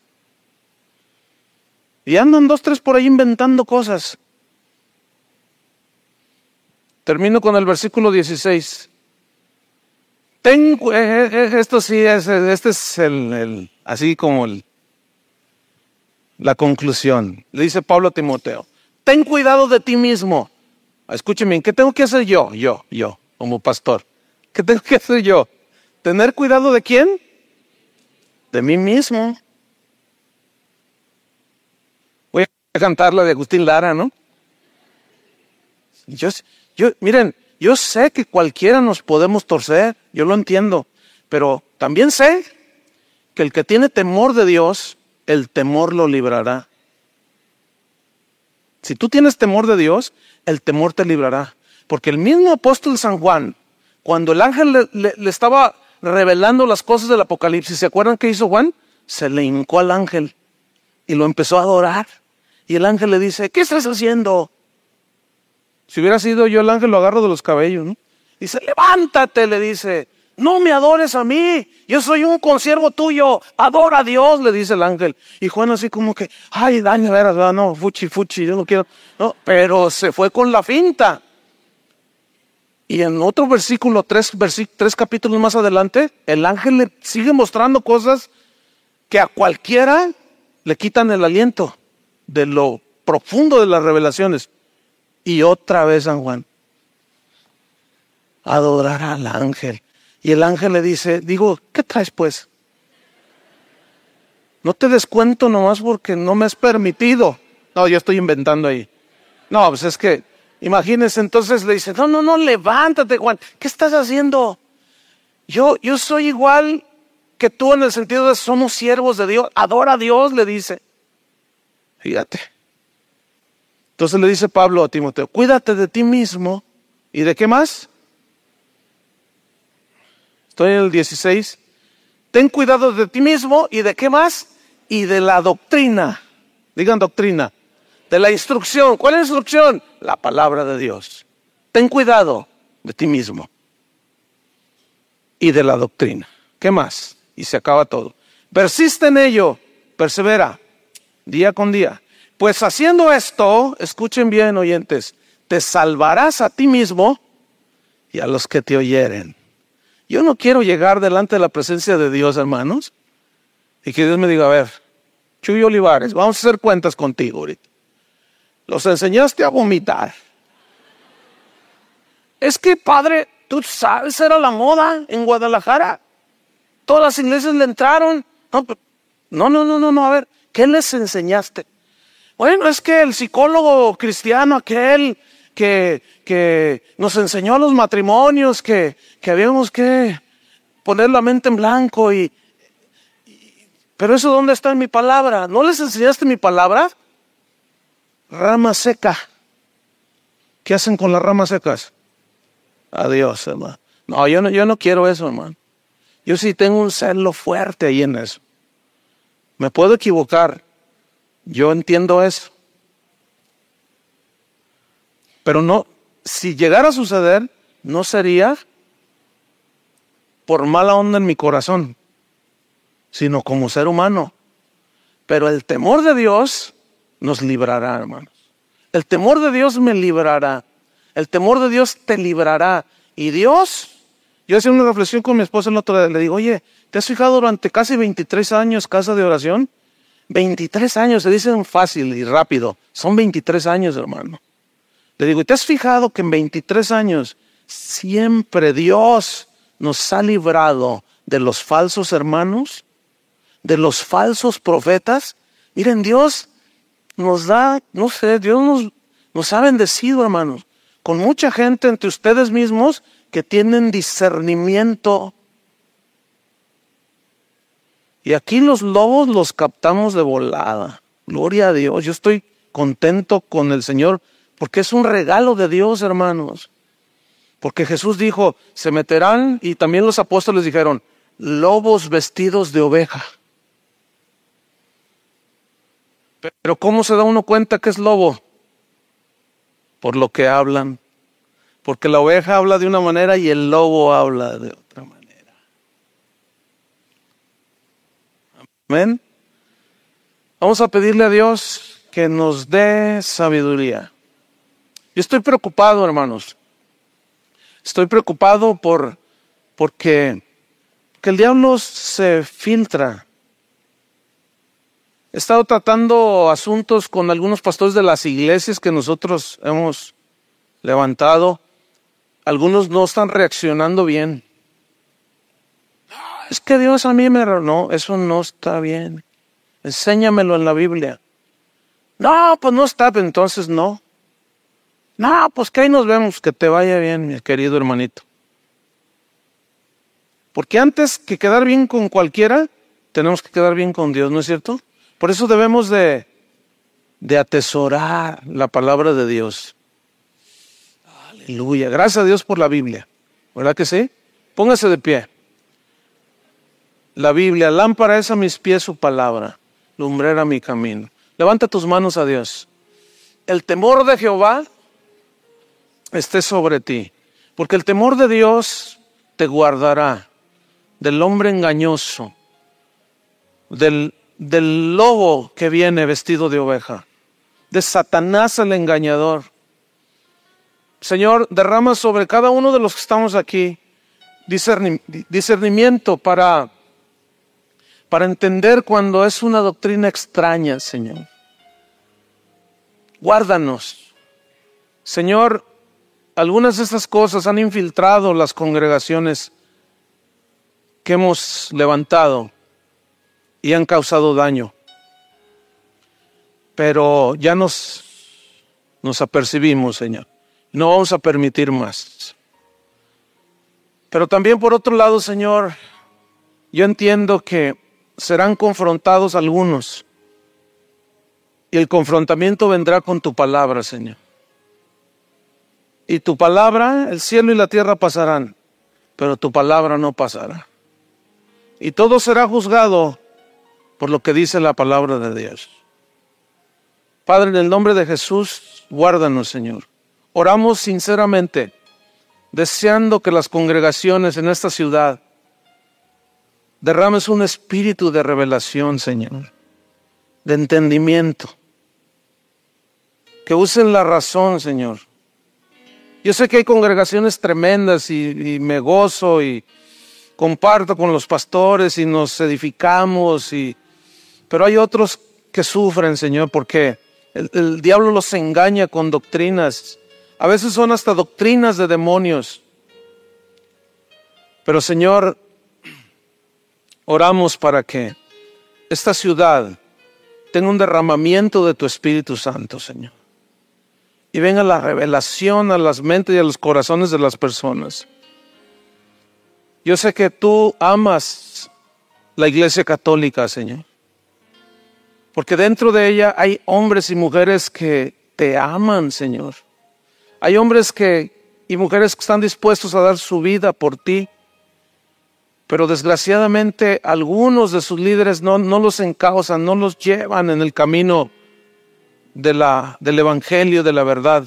Y andan 2, 3 por ahí inventando cosas. Termino con el versículo 16. Esto sí es, este es así como la conclusión. Le dice Pablo a Timoteo: ten cuidado de ti mismo. Escúcheme, ¿qué tengo que hacer yo, como pastor? ¿Qué tengo que hacer yo? ¿Tener cuidado de quién? De mí mismo. Voy a cantar la de Agustín Lara, ¿no? Miren, yo sé que cualquiera nos podemos torcer, yo lo entiendo, pero también sé que el que tiene temor de Dios, el temor lo librará. Si tú tienes temor de Dios, el temor te librará. Porque el mismo apóstol San Juan, cuando el ángel le estaba revelando las cosas del Apocalipsis, ¿se acuerdan qué hizo Juan? Se le hincó al ángel y lo empezó a adorar. Y el ángel le dice: ¿qué estás haciendo? Si hubiera sido yo el ángel, lo agarro de los cabellos, ¿no? Dice: levántate, le dice, no me adores a mí, yo soy un consiervo tuyo, adora a Dios, le dice el ángel. Y Juan así como que, ay, daño, veras, no, fuchi, yo no quiero, no, pero se fue con la finta. Y en otro versículo, 3 capítulos más adelante, el ángel le sigue mostrando cosas que a cualquiera le quitan el aliento de lo profundo de las revelaciones. Y otra vez San Juan adorar al ángel. Y el ángel le dice: ¿qué traes pues? No te descuento nomás porque no me es permitido. No, yo estoy inventando ahí. No, pues es que, imagínense, entonces le dice: no, levántate, Juan. ¿Qué estás haciendo? Yo soy igual que tú en el sentido de somos siervos de Dios. Adora a Dios, le dice. Fíjate. Entonces le dice Pablo a Timoteo: cuídate de ti mismo. ¿Y de qué más? Estoy en el 16. Ten cuidado de ti mismo. ¿Y de qué más? Y de la doctrina. Digan doctrina. De la instrucción. ¿Cuál es la instrucción? La palabra de Dios. Ten cuidado de ti mismo. Y de la doctrina. ¿Qué más? Y se acaba todo. Persiste en ello. Persevera. Día con día. Pues haciendo esto, escuchen bien, oyentes, te salvarás a ti mismo y a los que te oyeren. Yo no quiero llegar delante de la presencia de Dios, hermanos, y que Dios me diga: a ver, Chuy Olivares, vamos a hacer cuentas contigo ahorita. Los enseñaste a vomitar. Es que, padre, tú sabes, era la moda en Guadalajara. Todas las iglesias le entraron. No, a ver, ¿qué les enseñaste? Bueno, es que el psicólogo cristiano aquel que nos enseñó a los matrimonios que habíamos que poner la mente en blanco pero eso, ¿dónde está en mi palabra? ¿No les enseñaste mi palabra? Rama seca. ¿Qué hacen con las ramas secas? Adiós, hermano. No, yo no quiero eso, hermano. Yo sí tengo un celo fuerte ahí en eso. Me puedo equivocar. Yo entiendo eso. Pero no, si llegara a suceder, no sería por mala onda en mi corazón, sino como ser humano. Pero el temor de Dios nos librará, hermanos. El temor de Dios me librará. El temor de Dios te librará. Y Dios, yo hacía una reflexión con mi esposa el otro día, le digo: oye, ¿te has fijado durante casi 23 años casa de oración? 23 años, se dicen fácil y rápido. Son 23 años, hermano. Le digo: ¿y te has fijado que en 23 años siempre Dios nos ha librado de los falsos hermanos, de los falsos profetas? Miren, Dios nos da, no sé, Dios nos ha bendecido, hermanos, con mucha gente entre ustedes mismos que tienen discernimiento. Y aquí los lobos los captamos de volada. Gloria a Dios. Yo estoy contento con el Señor porque es un regalo de Dios, hermanos. Porque Jesús dijo: se meterán, y también los apóstoles dijeron, lobos vestidos de oveja. Pero ¿cómo se da uno cuenta que es lobo? por lo que hablan, porque la oveja habla de una manera y el lobo habla de otra manera. Amén. Vamos a pedirle a Dios que nos dé sabiduría. Yo estoy preocupado, hermanos. Estoy preocupado porque el diablo se filtra. He estado tratando asuntos con algunos pastores de las iglesias que nosotros hemos levantado. Algunos no están reaccionando bien. Es que Dios a mí No, eso no está bien. Enséñamelo en la Biblia. No, pues no está, entonces no. No, pues que ahí nos vemos, que te vaya bien, mi querido hermanito. Porque antes que quedar bien con cualquiera, tenemos que quedar bien con Dios, ¿no es cierto? Por eso debemos de atesorar la palabra de Dios. Aleluya. Gracias a Dios por la Biblia. ¿Verdad que sí? Póngase de pie. La Biblia, lámpara es a mis pies su palabra, lumbrera mi camino. Levanta tus manos a Dios. El temor de Jehová esté sobre ti, porque el temor de Dios te guardará del hombre engañoso, del lobo que viene vestido de oveja, de Satanás el engañador. Señor, derrama sobre cada uno de los que estamos aquí discernimiento para entender cuando es una doctrina extraña, Señor. Guárdanos. Señor, algunas de estas cosas han infiltrado las congregaciones que hemos levantado y han causado daño. Pero ya nos apercibimos, Señor. No vamos a permitir más. Pero también por otro lado, Señor, yo entiendo que serán confrontados algunos. Y el confrontamiento vendrá con tu palabra, Señor. Y tu palabra, el cielo y la tierra pasarán, pero tu palabra no pasará. Y todo será juzgado por lo que dice la palabra de Dios. Padre, en el nombre de Jesús, guárdanos, Señor. Oramos sinceramente, deseando que las congregaciones en esta ciudad derrames un espíritu de revelación, Señor, de entendimiento. Que usen la razón, Señor. Yo sé que hay congregaciones tremendas y me gozo y comparto con los pastores y nos edificamos, pero hay otros que sufren, Señor, porque el diablo los engaña con doctrinas. A veces son hasta doctrinas de demonios. Pero, Señor, oramos para que esta ciudad tenga un derramamiento de tu Espíritu Santo, Señor. Y venga la revelación a las mentes y a los corazones de las personas. Yo sé que tú amas la Iglesia Católica, Señor. Porque dentro de ella hay hombres y mujeres que te aman, Señor. Hay hombres y mujeres que están dispuestos a dar su vida por ti. Pero desgraciadamente algunos de sus líderes no los encausan, no los llevan en el camino del Evangelio, de la verdad.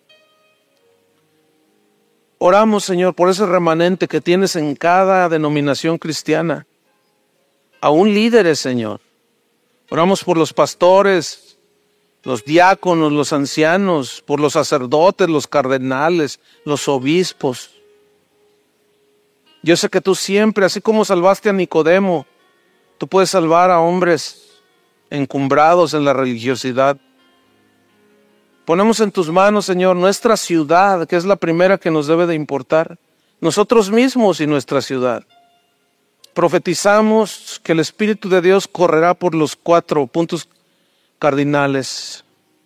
Oramos, Señor, por ese remanente que tienes en cada denominación cristiana. Aún líderes, Señor. Oramos por los pastores, los diáconos, los ancianos, por los sacerdotes, los cardenales, los obispos. Yo sé que tú siempre, así como salvaste a Nicodemo, tú puedes salvar a hombres encumbrados en la religiosidad. Ponemos en tus manos, Señor, nuestra ciudad, que es la primera que nos debe de importar. Nosotros mismos y nuestra ciudad. Profetizamos que el Espíritu de Dios correrá por los 4 puntos cardinales: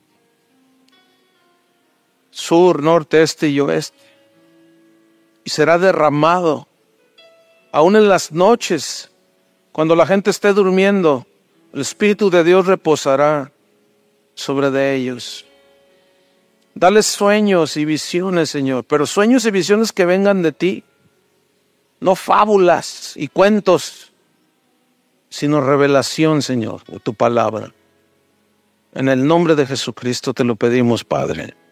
sur, norte, este y oeste. Y será derramado, aún en las noches, cuando la gente esté durmiendo, el Espíritu de Dios reposará sobre de ellos. Dales sueños y visiones, Señor, pero sueños y visiones que vengan de ti. No fábulas y cuentos, sino revelación, Señor, de tu palabra. En el nombre de Jesucristo te lo pedimos, Padre.